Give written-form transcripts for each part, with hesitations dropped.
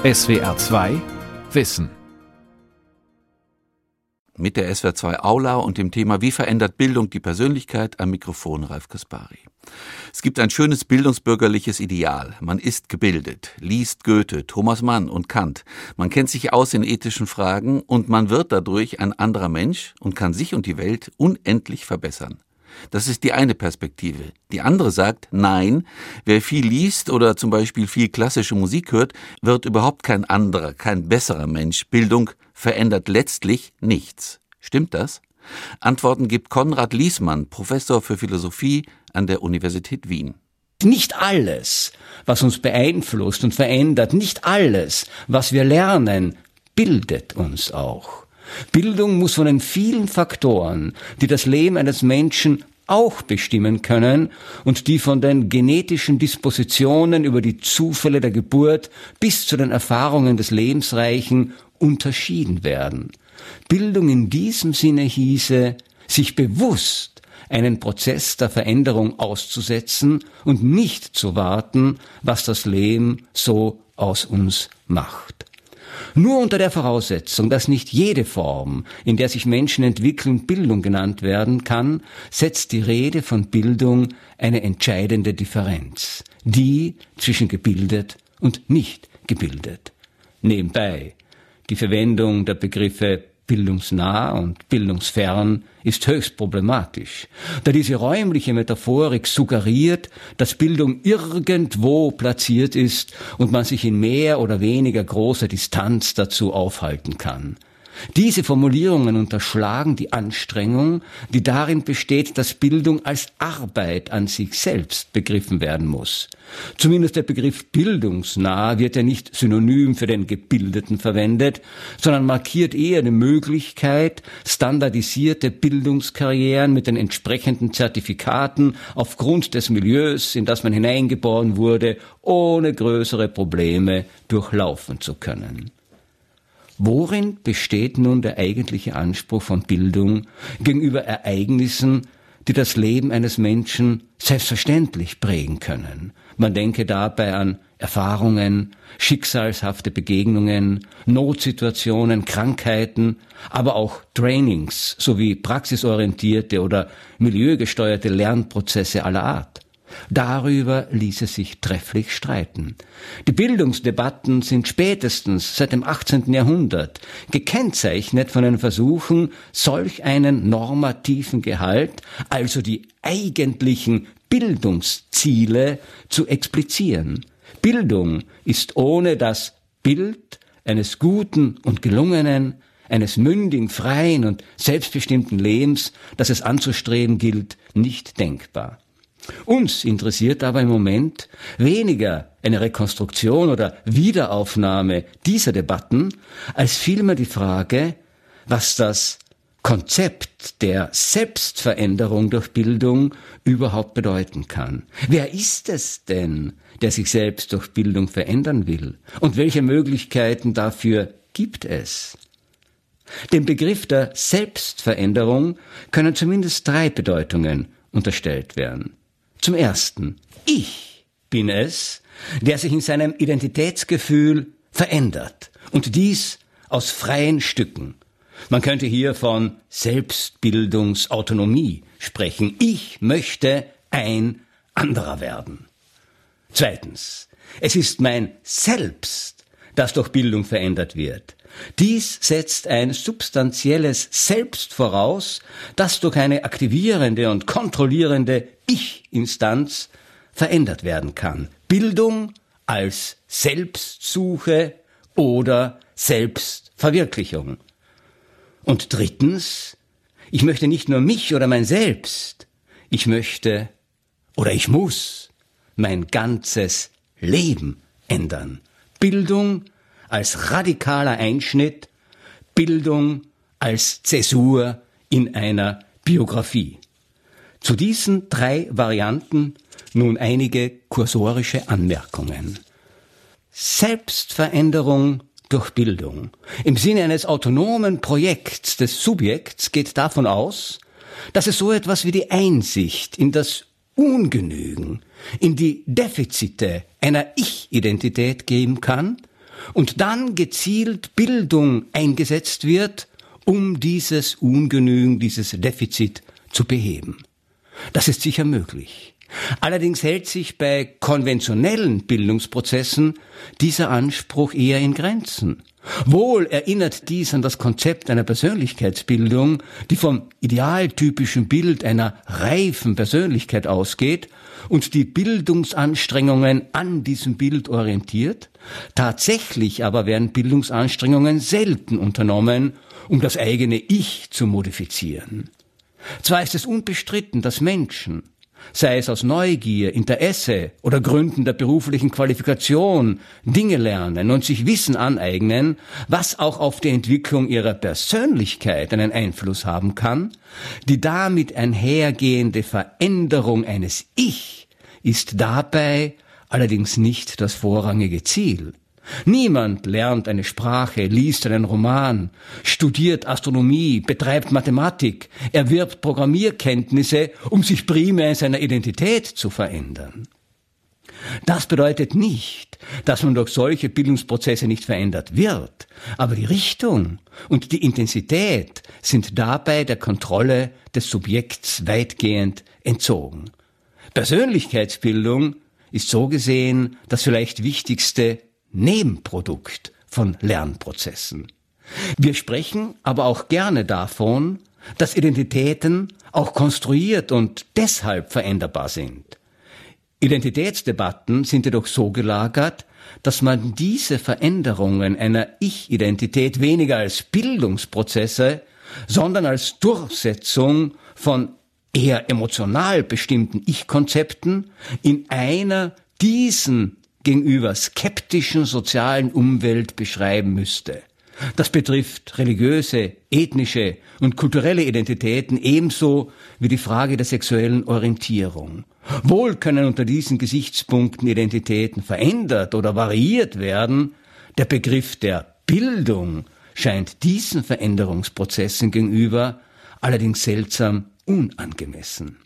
SWR 2 Wissen. Mit der SWR 2 Aula und dem Thema Wie verändert Bildung die Persönlichkeit? Am Mikrofon Ralf Kaspari. Es gibt ein schönes bildungsbürgerliches Ideal. Man ist gebildet, liest Goethe, Thomas Mann und Kant. Man kennt sich aus in ethischen Fragen und man wird dadurch ein anderer Mensch und kann sich und die Welt unendlich verbessern. Das ist die eine Perspektive. Die andere sagt, nein, wer viel liest oder zum Beispiel viel klassische Musik hört, wird überhaupt kein anderer, kein besserer Mensch. Bildung verändert letztlich nichts. Stimmt das? Antworten gibt Konrad Liesmann, Professor für Philosophie an der Universität Wien. Nicht alles, was uns beeinflusst und verändert, nicht alles, was wir lernen, bildet uns auch. Bildung muss von den vielen Faktoren, die das Leben eines Menschen auch bestimmen können und die von den genetischen Dispositionen über die Zufälle der Geburt bis zu den Erfahrungen des Lebensreichen unterschieden werden. Bildung in diesem Sinne hieße, sich bewusst einen Prozess der Veränderung auszusetzen und nicht zu warten, was das Leben so aus uns macht. Nur unter der Voraussetzung, dass nicht jede Form, in der sich Menschen entwickeln, Bildung genannt werden kann, setzt die Rede von Bildung eine entscheidende Differenz, die zwischen gebildet und nicht gebildet. Nebenbei, die Verwendung der Begriffe bildungsnah und bildungsfern ist höchst problematisch, da diese räumliche Metaphorik suggeriert, dass Bildung irgendwo platziert ist und man sich in mehr oder weniger großer Distanz dazu aufhalten kann. Diese Formulierungen unterschlagen die Anstrengung, die darin besteht, dass Bildung als Arbeit an sich selbst begriffen werden muss. Zumindest der Begriff bildungsnah wird ja nicht synonym für den Gebildeten verwendet, sondern markiert eher die Möglichkeit, standardisierte Bildungskarrieren mit den entsprechenden Zertifikaten aufgrund des Milieus, in das man hineingeboren wurde, ohne größere Probleme durchlaufen zu können. Worin besteht nun der eigentliche Anspruch von Bildung gegenüber Ereignissen, die das Leben eines Menschen selbstverständlich prägen können? Man denke dabei an Erfahrungen, schicksalshafte Begegnungen, Notsituationen, Krankheiten, aber auch Trainings sowie praxisorientierte oder milieugesteuerte Lernprozesse aller Art. Darüber ließe sich trefflich streiten. Die Bildungsdebatten sind spätestens seit dem 18. Jahrhundert gekennzeichnet von den Versuchen, solch einen normativen Gehalt, also die eigentlichen Bildungsziele, zu explizieren. Bildung ist ohne das Bild eines guten und gelungenen, eines mündigen, freien und selbstbestimmten Lebens, das es anzustreben gilt, nicht denkbar. Uns interessiert aber im Moment weniger eine Rekonstruktion oder Wiederaufnahme dieser Debatten, als vielmehr die Frage, was das Konzept der Selbstveränderung durch Bildung überhaupt bedeuten kann. Wer ist es denn, der sich selbst durch Bildung verändern will? Und welche Möglichkeiten dafür gibt es? Dem Begriff der Selbstveränderung können zumindest 3 Bedeutungen unterstellt werden. Zum Ersten, ich bin es, der sich in seinem Identitätsgefühl verändert. Und dies aus freien Stücken. Man könnte hier von Selbstbildungsautonomie sprechen. Ich möchte ein anderer werden. Zweitens, es ist mein Selbst, das durch Bildung verändert wird. Dies setzt ein substanzielles Selbst voraus, das durch eine aktivierende und kontrollierende Ich-Instanz verändert werden kann. Bildung als Selbstsuche oder Selbstverwirklichung. Und drittens, ich möchte nicht nur mich oder mein Selbst, ich möchte oder ich muss mein ganzes Leben ändern. Bildung als radikaler Einschnitt, Bildung als Zäsur in einer Biografie. Zu diesen 3 Varianten nun einige kursorische Anmerkungen. Selbstveränderung durch Bildung im Sinne eines autonomen Projekts des Subjekts geht davon aus, dass es so etwas wie die Einsicht in das Ungenügen, in die Defizite einer Ich-Identität geben kann und dann gezielt Bildung eingesetzt wird, um dieses Ungenügen, dieses Defizit zu beheben. Das ist sicher möglich. Allerdings hält sich bei konventionellen Bildungsprozessen dieser Anspruch eher in Grenzen. Wohl erinnert dies an das Konzept einer Persönlichkeitsbildung, die vom idealtypischen Bild einer reifen Persönlichkeit ausgeht und die Bildungsanstrengungen an diesem Bild orientiert. Tatsächlich aber werden Bildungsanstrengungen selten unternommen, um das eigene Ich zu modifizieren. Zwar ist es unbestritten, dass Menschen, sei es aus Neugier, Interesse oder Gründen der beruflichen Qualifikation, Dinge lernen und sich Wissen aneignen, was auch auf die Entwicklung ihrer Persönlichkeit einen Einfluss haben kann. Die damit einhergehende Veränderung eines Ich ist dabei allerdings nicht das vorrangige Ziel. Niemand lernt eine Sprache, liest einen Roman, studiert Astronomie, betreibt Mathematik, erwirbt Programmierkenntnisse, um sich primär in seiner Identität zu verändern. Das bedeutet nicht, dass man durch solche Bildungsprozesse nicht verändert wird, aber die Richtung und die Intensität sind dabei der Kontrolle des Subjekts weitgehend entzogen. Persönlichkeitsbildung ist so gesehen das vielleicht wichtigste Nebenprodukt von Lernprozessen. Wir sprechen aber auch gerne davon, dass Identitäten auch konstruiert und deshalb veränderbar sind. Identitätsdebatten sind jedoch so gelagert, dass man diese Veränderungen einer Ich-Identität weniger als Bildungsprozesse, sondern als Durchsetzung von eher emotional bestimmten Ich-Konzepten in einer diesen gegenüber skeptischen sozialen Umwelt beschreiben müsste. Das betrifft religiöse, ethnische und kulturelle Identitäten ebenso wie die Frage der sexuellen Orientierung. Wohl können unter diesen Gesichtspunkten Identitäten verändert oder variiert werden. Der Begriff der Bildung scheint diesen Veränderungsprozessen gegenüber allerdings seltsam unangemessen.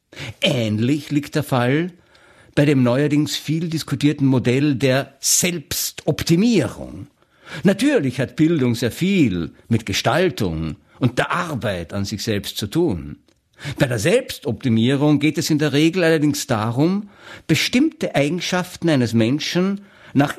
Ähnlich liegt der Fall bei dem neuerdings viel diskutierten Modell der Selbstoptimierung. Natürlich hat Bildung sehr viel mit Gestaltung und der Arbeit an sich selbst zu tun. Bei der Selbstoptimierung geht es in der Regel allerdings darum, bestimmte Eigenschaften eines Menschen nach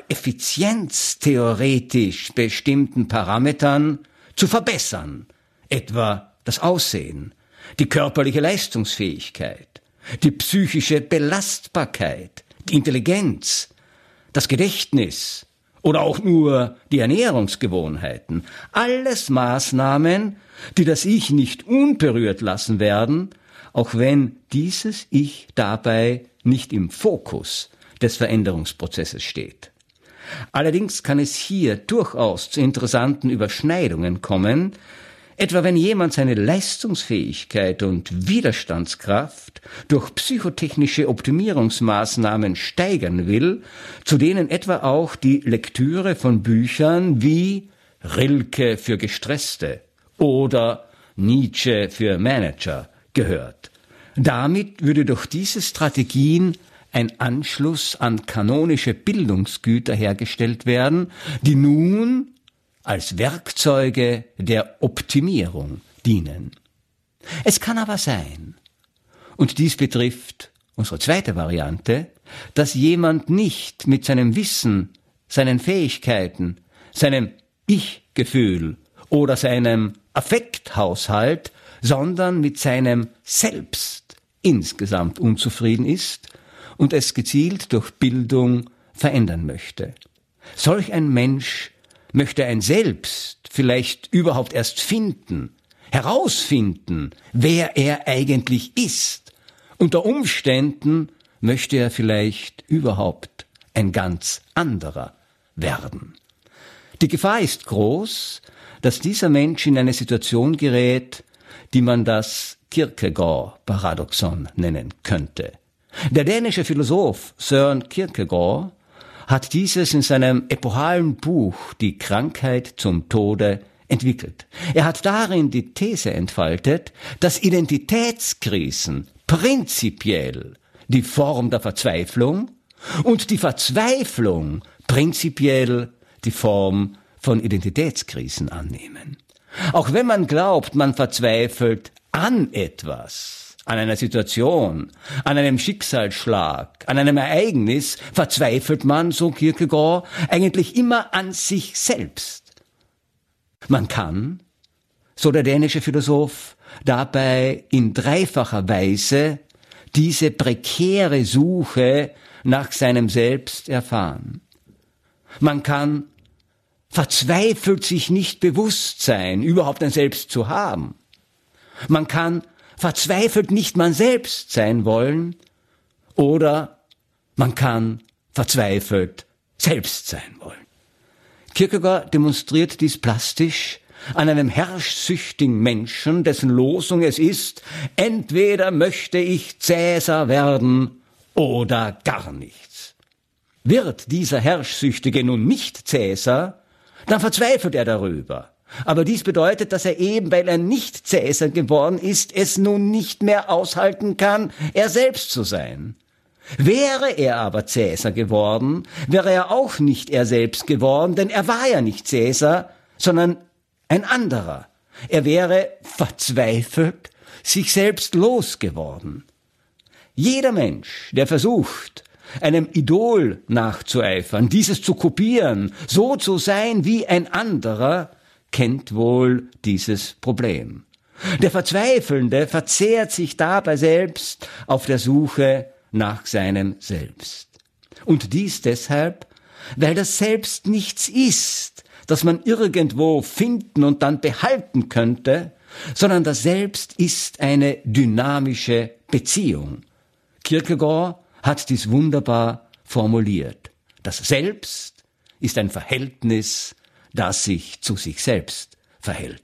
effizienztheoretisch bestimmten Parametern zu verbessern, etwa das Aussehen, die körperliche Leistungsfähigkeit, die psychische Belastbarkeit, die Intelligenz, das Gedächtnis oder auch nur die Ernährungsgewohnheiten. Alles Maßnahmen, die das Ich nicht unberührt lassen werden, auch wenn dieses Ich dabei nicht im Fokus des Veränderungsprozesses steht. Allerdings kann es hier durchaus zu interessanten Überschneidungen kommen, etwa wenn jemand seine Leistungsfähigkeit und Widerstandskraft durch psychotechnische Optimierungsmaßnahmen steigern will, zu denen etwa auch die Lektüre von Büchern wie Rilke für Gestresste oder Nietzsche für Manager gehört. Damit würde durch diese Strategien ein Anschluss an kanonische Bildungsgüter hergestellt werden, die nun als Werkzeuge der Optimierung dienen. Es kann aber sein, und dies betrifft unsere zweite Variante, dass jemand nicht mit seinem Wissen, seinen Fähigkeiten, seinem Ich-Gefühl oder seinem Affekthaushalt, sondern mit seinem Selbst insgesamt unzufrieden ist und es gezielt durch Bildung verändern möchte. Solch ein Mensch möchte ein Selbst vielleicht überhaupt erst finden, herausfinden, wer er eigentlich ist. Unter Umständen möchte er vielleicht überhaupt ein ganz anderer werden. Die Gefahr ist groß, dass dieser Mensch in eine Situation gerät, die man das Kierkegaard-Paradoxon nennen könnte. Der dänische Philosoph Søren Kierkegaard hat dieses in seinem epochalen Buch Die Krankheit zum Tode entwickelt. Er hat darin die These entfaltet, dass Identitätskrisen prinzipiell die Form der Verzweiflung und die Verzweiflung prinzipiell die Form von Identitätskrisen annehmen. Auch wenn man glaubt, man verzweifelt an etwas, an einer Situation, an einem Schicksalsschlag, an einem Ereignis, verzweifelt man, so Kierkegaard, eigentlich immer an sich selbst. Man kann, so der dänische Philosoph, dabei in dreifacher Weise diese prekäre Suche nach seinem Selbst erfahren. Man kann verzweifelt sich nicht bewusst sein, überhaupt ein Selbst zu haben. Man kann verzweifelt nicht man selbst sein wollen, oder man kann verzweifelt selbst sein wollen. Kierkegaard demonstriert dies plastisch an einem herrschsüchtigen Menschen, dessen Losung es ist, entweder möchte ich Cäsar werden oder gar nichts. Wird dieser Herrschsüchtige nun nicht Cäsar, dann verzweifelt er darüber. Aber dies bedeutet, dass er eben, weil er nicht Cäsar geworden ist, es nun nicht mehr aushalten kann, er selbst zu sein. Wäre er aber Cäsar geworden, wäre er auch nicht er selbst geworden, denn er war ja nicht Cäsar, sondern ein anderer. Er wäre verzweifelt sich selbst losgeworden. Jeder Mensch, der versucht, einem Idol nachzueifern, dieses zu kopieren, so zu sein wie ein anderer, kennt wohl dieses Problem. Der Verzweifelnde verzehrt sich dabei selbst auf der Suche nach seinem Selbst. Und dies deshalb, weil das Selbst nichts ist, das man irgendwo finden und dann behalten könnte, sondern das Selbst ist eine dynamische Beziehung. Kierkegaard hat dies wunderbar formuliert. Das Selbst ist ein Verhältnis, das sich zu sich selbst verhält.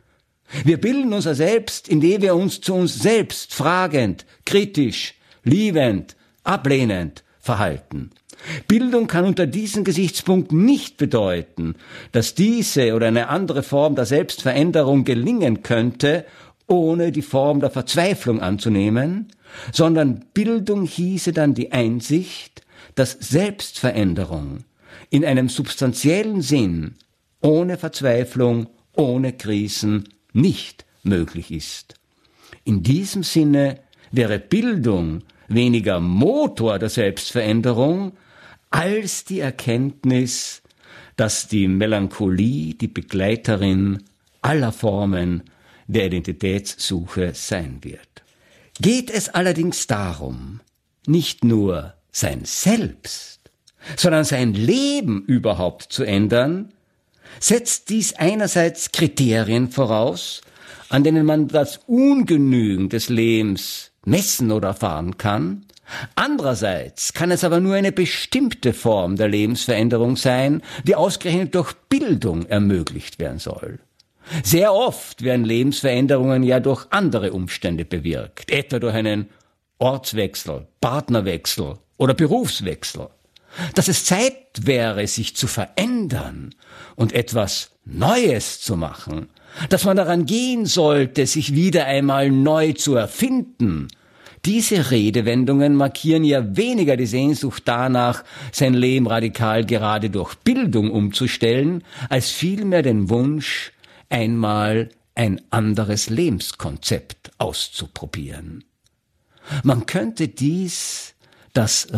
Wir bilden unser Selbst, indem wir uns zu uns selbst fragend, kritisch, liebend, ablehnend verhalten. Bildung kann unter diesem Gesichtspunkt nicht bedeuten, dass diese oder eine andere Form der Selbstveränderung gelingen könnte, ohne die Form der Verzweiflung anzunehmen, sondern Bildung hieße dann die Einsicht, dass Selbstveränderung in einem substanziellen Sinn ohne Verzweiflung, ohne Krisen nicht möglich ist. In diesem Sinne wäre Bildung weniger Motor der Selbstveränderung als die Erkenntnis, dass die Melancholie die Begleiterin aller Formen der Identitätssuche sein wird. Geht es allerdings darum, nicht nur sein Selbst, sondern sein Leben überhaupt zu ändern, setzt dies einerseits Kriterien voraus, an denen man das Ungenügen des Lebens messen oder erfahren kann. Andererseits kann es aber nur eine bestimmte Form der Lebensveränderung sein, die ausgerechnet durch Bildung ermöglicht werden soll. Sehr oft werden Lebensveränderungen ja durch andere Umstände bewirkt, etwa durch einen Ortswechsel, Partnerwechsel oder Berufswechsel. Dass es Zeit wäre, sich zu verändern und etwas Neues zu machen, dass man daran gehen sollte, sich wieder einmal neu zu erfinden. Diese Redewendungen markieren ja weniger die Sehnsucht danach, sein Leben radikal gerade durch Bildung umzustellen, als vielmehr den Wunsch, einmal ein anderes Lebenskonzept auszuprobieren. Man könnte dies das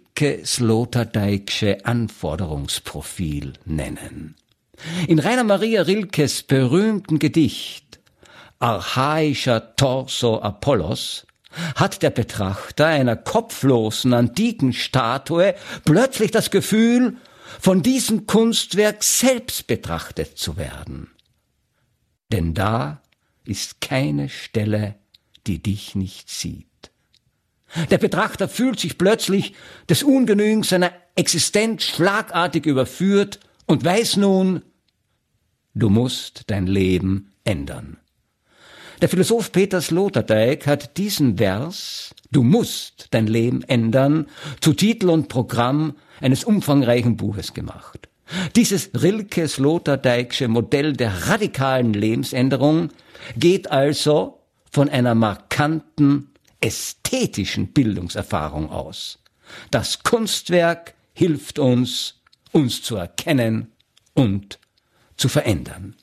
Rilke-Sloterdijksche Anforderungsprofil nennen. In Rainer Maria Rilkes berühmten Gedicht Archaischer Torso Apollos hat der Betrachter einer kopflosen antiken Statue plötzlich das Gefühl, von diesem Kunstwerk selbst betrachtet zu werden. Denn da ist keine Stelle, die dich nicht sieht. Der Betrachter fühlt sich plötzlich des Ungenügens seiner Existenz schlagartig überführt und weiß nun, du musst dein Leben ändern. Der Philosoph Peter Sloterdijk hat diesen Vers, du musst dein Leben ändern, zu Titel und Programm eines umfangreichen Buches gemacht. Dieses Rilke-Sloterdijksche Modell der radikalen Lebensänderung geht also von einer markanten ästhetischen Bildungserfahrung aus. Das Kunstwerk hilft uns, uns zu erkennen und zu verändern.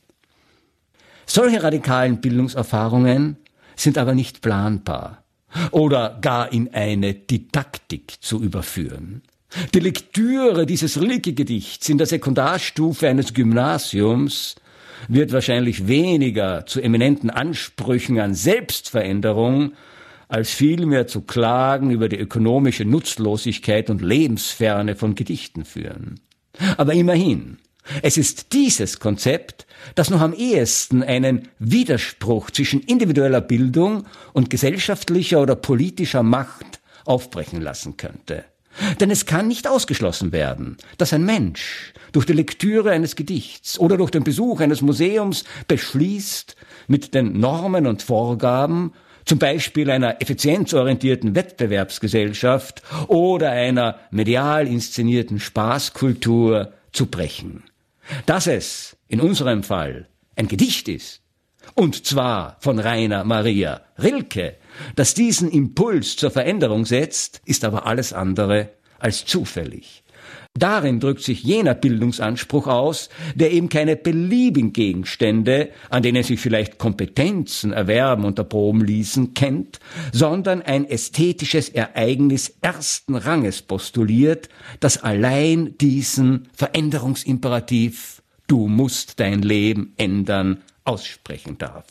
Solche radikalen Bildungserfahrungen sind aber nicht planbar oder gar in eine Didaktik zu überführen. Die Lektüre dieses Rilke-Gedichts in der Sekundarstufe eines Gymnasiums wird wahrscheinlich weniger zu eminenten Ansprüchen an Selbstveränderung als vielmehr zu Klagen über die ökonomische Nutzlosigkeit und Lebensferne von Gedichten führen. Aber immerhin, es ist dieses Konzept, das noch am ehesten einen Widerspruch zwischen individueller Bildung und gesellschaftlicher oder politischer Macht aufbrechen lassen könnte. Denn es kann nicht ausgeschlossen werden, dass ein Mensch durch die Lektüre eines Gedichts oder durch den Besuch eines Museums beschließt, mit den Normen und Vorgaben, zum Beispiel einer effizienzorientierten Wettbewerbsgesellschaft oder einer medial inszenierten Spaßkultur, zu brechen. Dass es in unserem Fall ein Gedicht ist, und zwar von Rainer Maria Rilke, das diesen Impuls zur Veränderung setzt, ist aber alles andere als zufällig. Darin drückt sich jener Bildungsanspruch aus, der eben keine beliebigen Gegenstände, an denen sich vielleicht Kompetenzen erwerben und erproben ließen, kennt, sondern ein ästhetisches Ereignis ersten Ranges postuliert, das allein diesen Veränderungsimperativ „Du musst dein Leben ändern" aussprechen darf.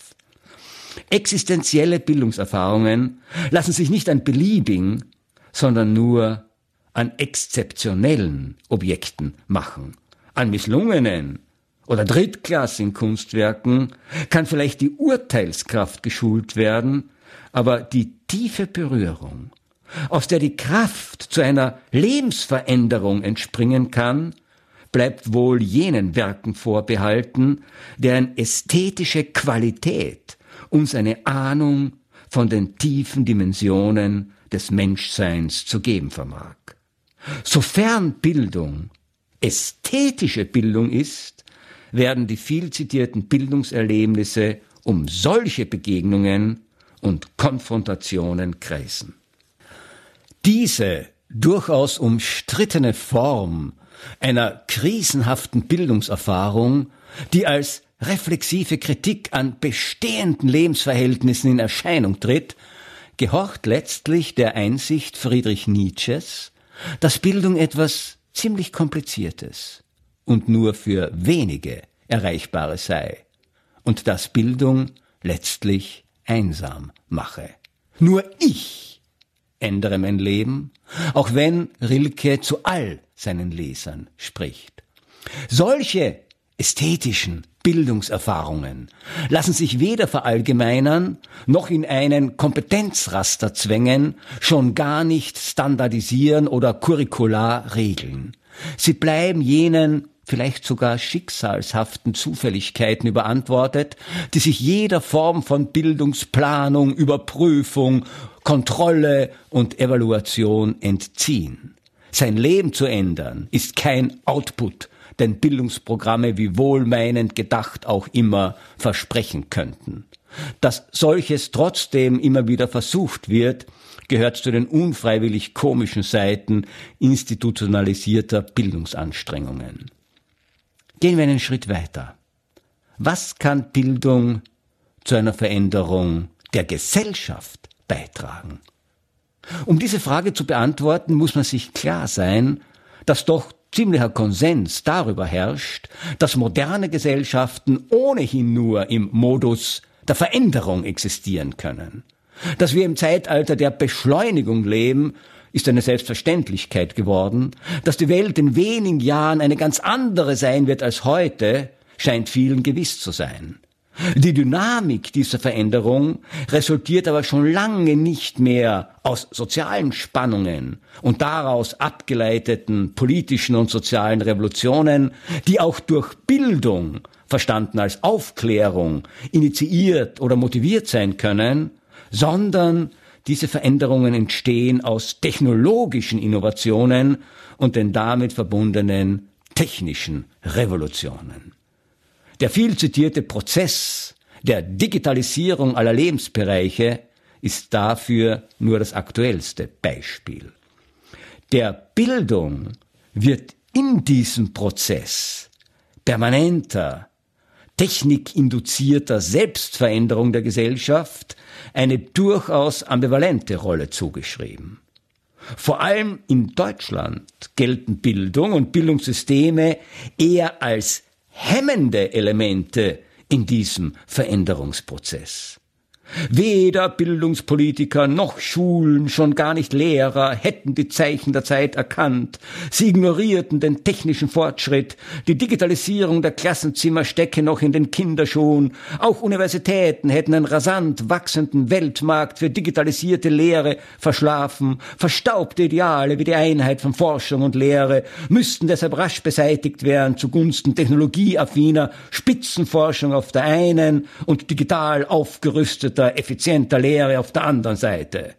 Existenzielle Bildungserfahrungen lassen sich nicht an beliebigen, sondern nur an exzeptionellen Objekten machen. An misslungenen oder drittklassigen Kunstwerken kann vielleicht die Urteilskraft geschult werden, aber die tiefe Berührung, aus der die Kraft zu einer Lebensveränderung entspringen kann, bleibt wohl jenen Werken vorbehalten, deren ästhetische Qualität uns eine Ahnung von den tiefen Dimensionen des Menschseins zu geben vermag. Sofern Bildung ästhetische Bildung ist, werden die viel zitierten Bildungserlebnisse um solche Begegnungen und Konfrontationen kreisen. Diese durchaus umstrittene Form einer krisenhaften Bildungserfahrung, die als reflexive Kritik an bestehenden Lebensverhältnissen in Erscheinung tritt, gehorcht letztlich der Einsicht Friedrich Nietzsches, dass Bildung etwas ziemlich Kompliziertes und nur für wenige Erreichbares sei und dass Bildung letztlich einsam mache. Nur ich ändere mein Leben, auch wenn Rilke zu all seinen Lesern spricht. Solche ästhetischen Bildungserfahrungen lassen sich weder verallgemeinern, noch in einen Kompetenzraster zwängen, schon gar nicht standardisieren oder curricular regeln. Sie bleiben jenen vielleicht sogar schicksalshaften Zufälligkeiten überantwortet, die sich jeder Form von Bildungsplanung, Überprüfung, Kontrolle und Evaluation entziehen. Sein Leben zu ändern ist kein Output, den Bildungsprogramme wie wohlmeinend gedacht auch immer versprechen könnten. Dass solches trotzdem immer wieder versucht wird, gehört zu den unfreiwillig komischen Seiten institutionalisierter Bildungsanstrengungen. Gehen wir einen Schritt weiter. Was kann Bildung zu einer Veränderung der Gesellschaft beitragen? Um diese Frage zu beantworten, muss man sich klar sein, dass doch ziemlicher Konsens darüber herrscht, dass moderne Gesellschaften ohnehin nur im Modus der Veränderung existieren können. Dass wir im Zeitalter der Beschleunigung leben, ist eine Selbstverständlichkeit geworden. Dass die Welt in wenigen Jahren eine ganz andere sein wird als heute, scheint vielen gewiss zu sein. Die Dynamik dieser Veränderung resultiert aber schon lange nicht mehr aus sozialen Spannungen und daraus abgeleiteten politischen und sozialen Revolutionen, die auch durch Bildung, verstanden als Aufklärung, initiiert oder motiviert sein können, sondern diese Veränderungen entstehen aus technologischen Innovationen und den damit verbundenen technischen Revolutionen. Der viel zitierte Prozess der Digitalisierung aller Lebensbereiche ist dafür nur das aktuellste Beispiel. Der Bildung wird in diesem Prozess permanenter, technikinduzierter Selbstveränderung der Gesellschaft eine durchaus ambivalente Rolle zugeschrieben. Vor allem in Deutschland gelten Bildung und Bildungssysteme eher als hemmende Elemente in diesem Veränderungsprozess. Weder Bildungspolitiker noch Schulen, schon gar nicht Lehrer hätten die Zeichen der Zeit erkannt. Sie ignorierten den technischen Fortschritt. Die Digitalisierung der Klassenzimmer stecke noch in den Kinderschuhen. Auch Universitäten hätten einen rasant wachsenden Weltmarkt für digitalisierte Lehre verschlafen. Verstaubte Ideale wie die Einheit von Forschung und Lehre müssten deshalb rasch beseitigt werden zugunsten technologieaffiner Spitzenforschung auf der einen und digital aufgerüsteter effizienter Lehre auf der anderen Seite.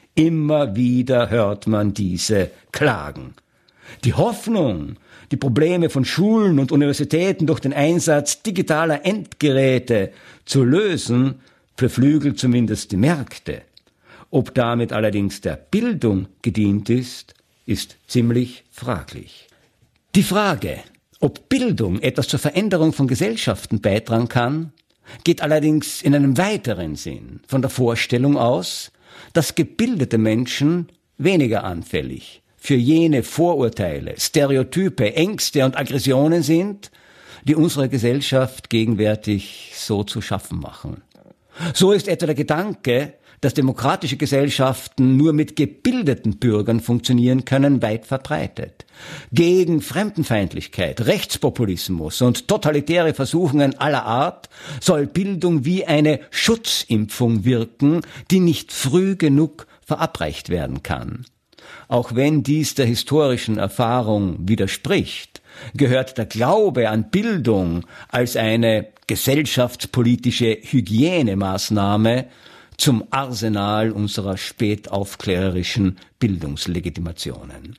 Immer wieder hört man diese Klagen. Die Hoffnung, die Probleme von Schulen und Universitäten durch den Einsatz digitaler Endgeräte zu lösen, beflügelt zumindest die Märkte. Ob damit allerdings der Bildung gedient ist ziemlich fraglich. Die Frage, ob Bildung etwas zur Veränderung von Gesellschaften beitragen kann, geht allerdings in einem weiteren Sinn von der Vorstellung aus, dass gebildete Menschen weniger anfällig für jene Vorurteile, Stereotype, Ängste und Aggressionen sind, die unserer Gesellschaft gegenwärtig so zu schaffen machen. So ist etwa der Gedanke, dass demokratische Gesellschaften nur mit gebildeten Bürgern funktionieren können, weit verbreitet. Gegen Fremdenfeindlichkeit, Rechtspopulismus und totalitäre Versuchungen aller Art soll Bildung wie eine Schutzimpfung wirken, die nicht früh genug verabreicht werden kann. Auch wenn dies der historischen Erfahrung widerspricht, gehört der Glaube an Bildung als eine gesellschaftspolitische Hygienemaßnahme zum Arsenal unserer spätaufklärerischen Bildungslegitimationen.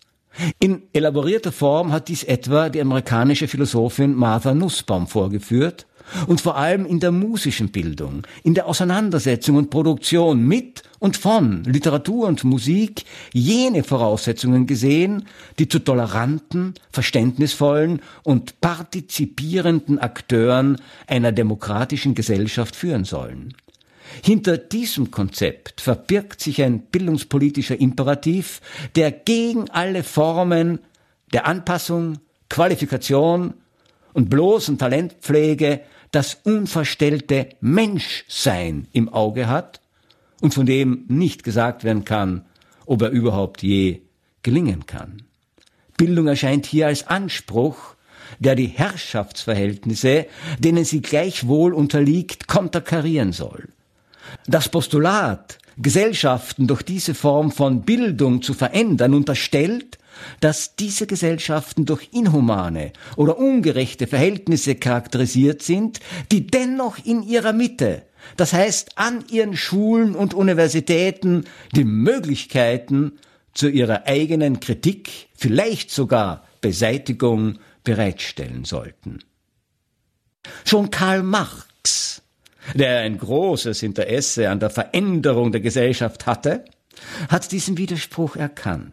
In elaborierter Form hat dies etwa die amerikanische Philosophin Martha Nussbaum vorgeführt und vor allem in der musischen Bildung, in der Auseinandersetzung und Produktion mit und von Literatur und Musik jene Voraussetzungen gesehen, die zu toleranten, verständnisvollen und partizipierenden Akteuren einer demokratischen Gesellschaft führen sollen. Hinter diesem Konzept verbirgt sich ein bildungspolitischer Imperativ, der gegen alle Formen der Anpassung, Qualifikation und bloßen Talentpflege das unverstellte Menschsein im Auge hat und von dem nicht gesagt werden kann, ob er überhaupt je gelingen kann. Bildung erscheint hier als Anspruch, der die Herrschaftsverhältnisse, denen sie gleichwohl unterliegt, konterkarieren soll. Das Postulat, Gesellschaften durch diese Form von Bildung zu verändern, unterstellt, dass diese Gesellschaften durch inhumane oder ungerechte Verhältnisse charakterisiert sind, die dennoch in ihrer Mitte, das heißt an ihren Schulen und Universitäten, die Möglichkeiten zu ihrer eigenen Kritik, vielleicht sogar Beseitigung bereitstellen sollten. Schon Karl Marx, der ein großes Interesse an der Veränderung der Gesellschaft hatte, hat diesen Widerspruch erkannt.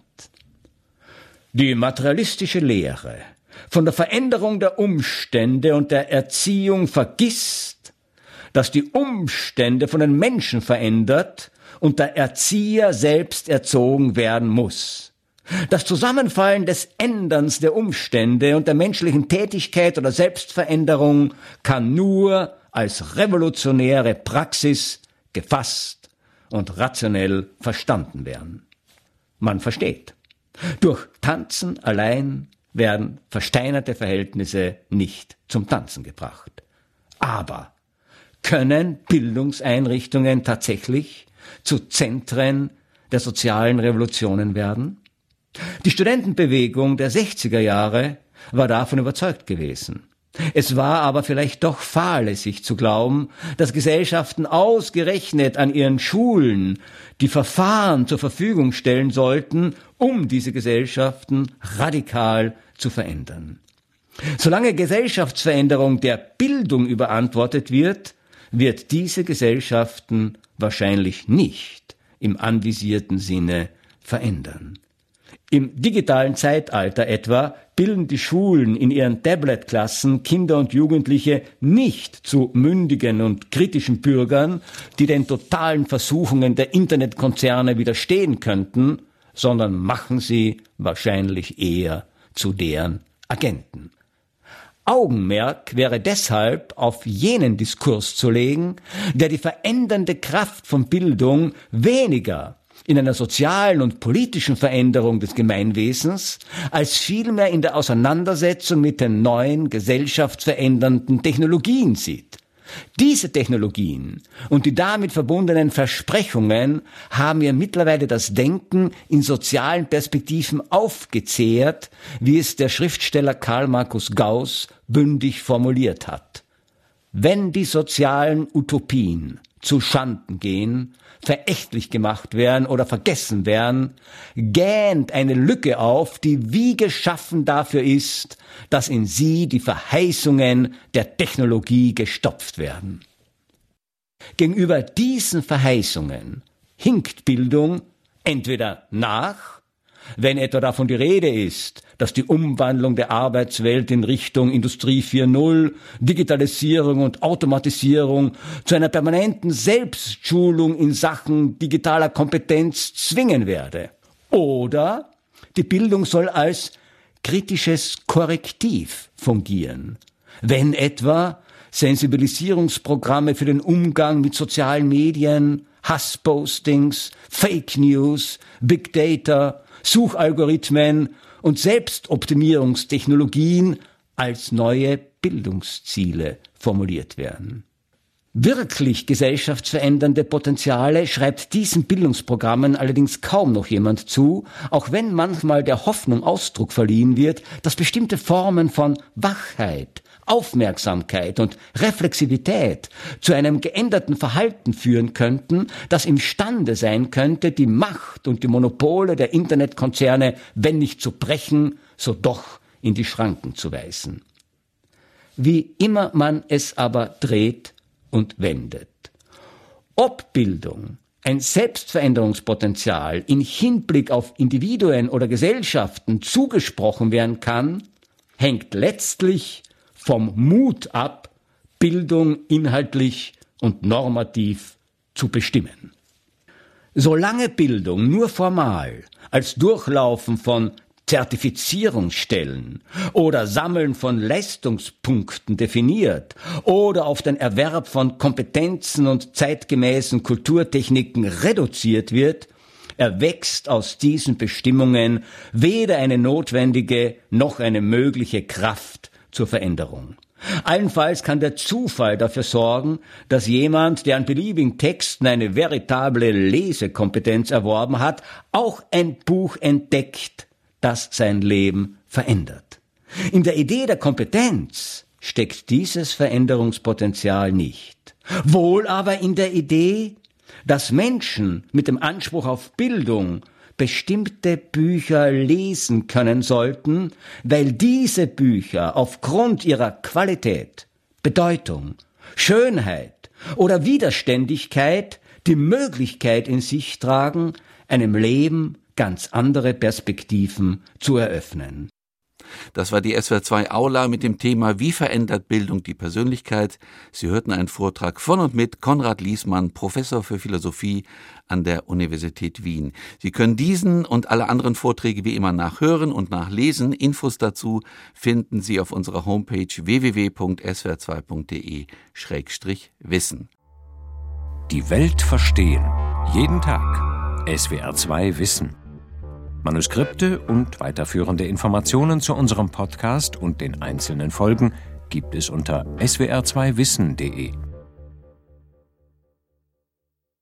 Die materialistische Lehre von der Veränderung der Umstände und der Erziehung vergisst, dass die Umstände von den Menschen verändert und der Erzieher selbst erzogen werden muss. Das Zusammenfallen des Änderns der Umstände und der menschlichen Tätigkeit oder Selbstveränderung kann nur als revolutionäre Praxis gefasst und rationell verstanden werden. Man versteht. Durch Tanzen allein werden versteinerte Verhältnisse nicht zum Tanzen gebracht. Aber können Bildungseinrichtungen tatsächlich zu Zentren der sozialen Revolutionen werden? Die Studentenbewegung der 60er Jahre war davon überzeugt gewesen. Es war aber vielleicht doch fahrlässig zu glauben, dass Gesellschaften ausgerechnet an ihren Schulen die Verfahren zur Verfügung stellen sollten, um diese Gesellschaften radikal zu verändern. Solange Gesellschaftsveränderung der Bildung überantwortet wird, wird diese Gesellschaften wahrscheinlich nicht im anvisierten Sinne verändern. Im digitalen Zeitalter etwa bilden die Schulen in ihren Tablet-Klassen Kinder und Jugendliche nicht zu mündigen und kritischen Bürgern, die den totalen Versuchungen der Internetkonzerne widerstehen könnten, sondern machen sie wahrscheinlich eher zu deren Agenten. Augenmerk wäre deshalb auf jenen Diskurs zu legen, der die verändernde Kraft von Bildung weniger in einer sozialen und politischen Veränderung des Gemeinwesens, als vielmehr in der Auseinandersetzung mit den neuen gesellschaftsverändernden Technologien sieht. Diese Technologien und die damit verbundenen Versprechungen haben ja mittlerweile das Denken in sozialen Perspektiven aufgezehrt, wie es der Schriftsteller Karl Markus Gauss bündig formuliert hat. Wenn die sozialen Utopien zu Schanden gehen, verächtlich gemacht werden oder vergessen werden, gähnt eine Lücke auf, die wie geschaffen dafür ist, dass in sie die Verheißungen der Technologie gestopft werden. Gegenüber diesen Verheißungen hinkt Bildung entweder nach, wenn etwa davon die Rede ist, dass die Umwandlung der Arbeitswelt in Richtung Industrie 4.0, Digitalisierung und Automatisierung zu einer permanenten Selbstschulung in Sachen digitaler Kompetenz zwingen werde. Oder die Bildung soll als kritisches Korrektiv fungieren, wenn etwa Sensibilisierungsprogramme für den Umgang mit sozialen Medien, Hasspostings, Fake News, Big Data, Suchalgorithmen und Selbstoptimierungstechnologien als neue Bildungsziele formuliert werden. Wirklich gesellschaftsverändernde Potenziale schreibt diesen Bildungsprogrammen allerdings kaum noch jemand zu, auch wenn manchmal der Hoffnung Ausdruck verliehen wird, dass bestimmte Formen von Wachheit, Aufmerksamkeit und Reflexivität zu einem geänderten Verhalten führen könnten, das imstande sein könnte, die Macht und die Monopole der Internetkonzerne, wenn nicht zu brechen, so doch in die Schranken zu weisen. Wie immer man es aber dreht und wendet. Ob Bildung ein Selbstveränderungspotenzial in Hinblick auf Individuen oder Gesellschaften zugesprochen werden kann, hängt letztlich vom Mut ab, Bildung inhaltlich und normativ zu bestimmen. Solange Bildung nur formal als Durchlaufen von Zertifizierungsstellen oder Sammeln von Leistungspunkten definiert oder auf den Erwerb von Kompetenzen und zeitgemäßen Kulturtechniken reduziert wird, erwächst aus diesen Bestimmungen weder eine notwendige noch eine mögliche Kraft zur Veränderung. Allenfalls kann der Zufall dafür sorgen, dass jemand, der an beliebigen Texten eine veritable Lesekompetenz erworben hat, auch ein Buch entdeckt, das sein Leben verändert. In der Idee der Kompetenz steckt dieses Veränderungspotenzial nicht. Wohl aber in der Idee, dass Menschen mit dem Anspruch auf Bildung bestimmte Bücher lesen können sollten, weil diese Bücher aufgrund ihrer Qualität, Bedeutung, Schönheit oder Widerständigkeit die Möglichkeit in sich tragen, einem Leben ganz andere Perspektiven zu eröffnen. Das war die SWR2 Aula mit dem Thema Wie verändert Bildung die Persönlichkeit? Sie hörten einen Vortrag von und mit Konrad Liesmann, Professor für Philosophie an der Universität Wien. Sie können diesen und alle anderen Vorträge wie immer nachhören und nachlesen. Infos dazu finden Sie auf unserer Homepage www.swr2.de/wissen. Die Welt verstehen. Jeden Tag. SWR2 Wissen. Manuskripte und weiterführende Informationen zu unserem Podcast und den einzelnen Folgen gibt es unter swr2wissen.de.